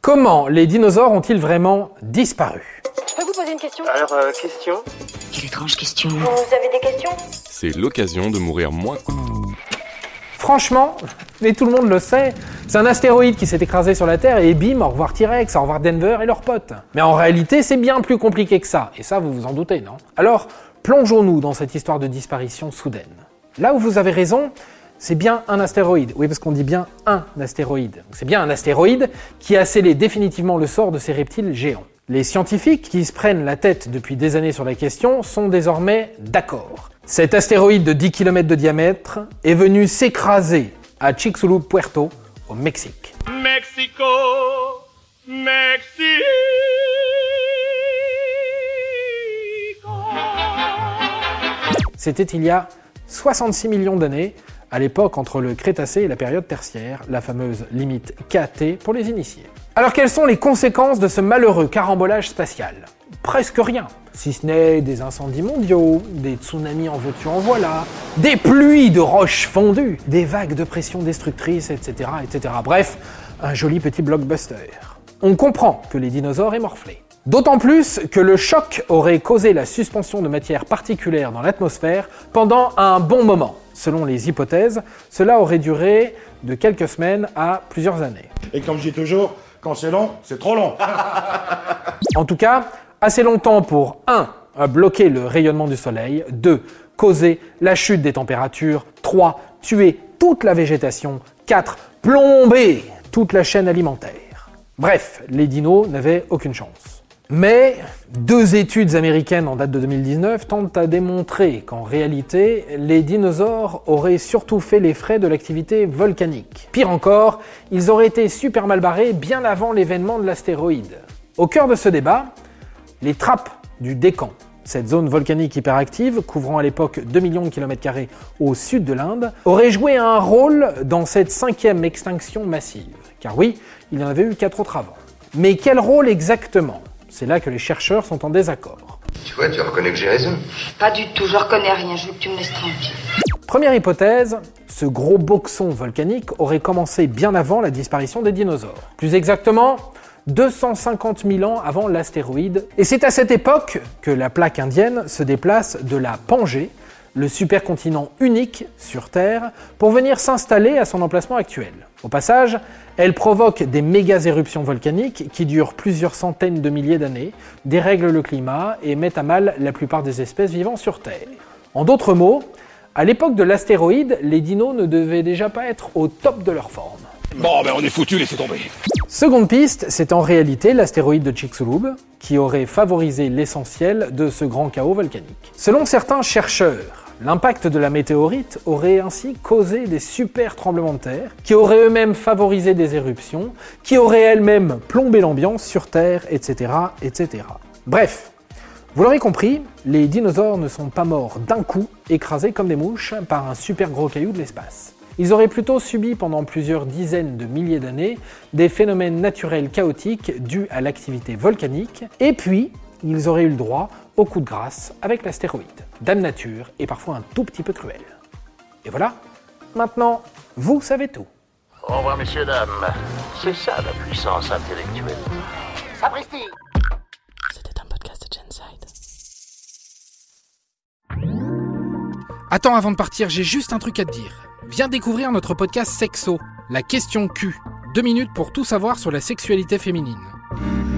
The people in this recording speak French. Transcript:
Comment les dinosaures ont-ils vraiment disparu ? Je peux vous poser une question ? Alors, question ? Quelle étrange question. Vous avez des questions ? C'est l'occasion de mourir moins. Franchement, mais tout le monde le sait, c'est un astéroïde qui s'est écrasé sur la Terre et bim, au revoir T-Rex, au revoir Denver et leurs potes. Mais en réalité, c'est bien plus compliqué que ça, et ça vous vous en doutez, non ? Alors, plongeons-nous dans cette histoire de disparition soudaine. Là où vous avez raison, c'est bien un astéroïde. Oui, parce qu'on dit bien un astéroïde. C'est bien un astéroïde qui a scellé définitivement le sort de ces reptiles géants. Les scientifiques qui se prennent la tête depuis des années sur la question sont désormais d'accord. Cet astéroïde de 10 km de diamètre est venu s'écraser à Chicxulub, Puerto, au Mexique. Mexico, Mexico. C'était il y a 66 millions d'années, à l'époque entre le Crétacé et la période tertiaire, la fameuse limite KT pour les initiés. Alors quelles sont les conséquences de ce malheureux carambolage spatial ? Presque rien, si ce n'est des incendies mondiaux, des tsunamis en veux-tu en voilà, des pluies de roches fondues, des vagues de pression destructrices, etc., etc. Bref, un joli petit blockbuster. On comprend que les dinosaures aient morflé. D'autant plus que le choc aurait causé la suspension de matière particulière dans l'atmosphère pendant un bon moment. Selon les hypothèses, cela aurait duré de quelques semaines à plusieurs années. Et comme je dis toujours, quand c'est long, c'est trop long. En tout cas, assez longtemps pour 1. Bloquer le rayonnement du soleil, 2. Causer la chute des températures, 3. Tuer toute la végétation, 4. Plomber toute la chaîne alimentaire. Bref, les dinos n'avaient aucune chance. Mais 2 études américaines en date de 2019 tentent à démontrer qu'en réalité, les dinosaures auraient surtout fait les frais de l'activité volcanique. Pire encore, ils auraient été super mal barrés bien avant l'événement de l'astéroïde. Au cœur de ce débat, les trappes du Décan, cette zone volcanique hyperactive, couvrant à l'époque 2 millions de km² au sud de l'Inde, auraient joué un rôle dans cette 5e extinction massive. Car oui, il y en avait eu 4 autres avant. Mais quel rôle exactement ? C'est là que les chercheurs sont en désaccord. Tu vois, tu reconnais que j'ai raison. Pas du tout, je reconnais rien, je veux que tu me laisses tranquille. Première hypothèse, ce gros boxon volcanique aurait commencé bien avant la disparition des dinosaures. Plus exactement, 250 000 ans avant l'astéroïde. Et c'est à cette époque que la plaque indienne se déplace de la Pangée, le supercontinent unique sur Terre, pour venir s'installer à son emplacement actuel. Au passage, elle provoque des méga-éruptions volcaniques qui durent plusieurs centaines de milliers d'années, dérèglent le climat et mettent à mal la plupart des espèces vivant sur Terre. En d'autres mots, à l'époque de l'astéroïde, les dinos ne devaient déjà pas être au top de leur forme. Bon, ben on est foutu, laissez tomber. Seconde piste, c'est en réalité l'astéroïde de Chicxulub qui aurait favorisé l'essentiel de ce grand chaos volcanique. Selon certains chercheurs, l'impact de la météorite aurait ainsi causé des super tremblements de terre, qui auraient eux-mêmes favorisé des éruptions, qui auraient elles-mêmes plombé l'ambiance sur Terre, etc., etc. Bref, vous l'aurez compris, les dinosaures ne sont pas morts d'un coup, écrasés comme des mouches par un super gros caillou de l'espace. Ils auraient plutôt subi pendant plusieurs dizaines de milliers d'années des phénomènes naturels chaotiques dus à l'activité volcanique, et puis ils auraient eu le droit au coup de grâce avec l'astéroïde. Dame Nature est parfois un tout petit peu cruelle. Et voilà, maintenant, vous savez tout. Au revoir, messieurs, dames. C'est ça la puissance intellectuelle. Sapristi ! C'était un podcast de Genside. Attends, avant de partir, j'ai juste un truc à te dire. Viens découvrir notre podcast Sexo, la question Q. 2 minutes pour tout savoir sur la sexualité féminine.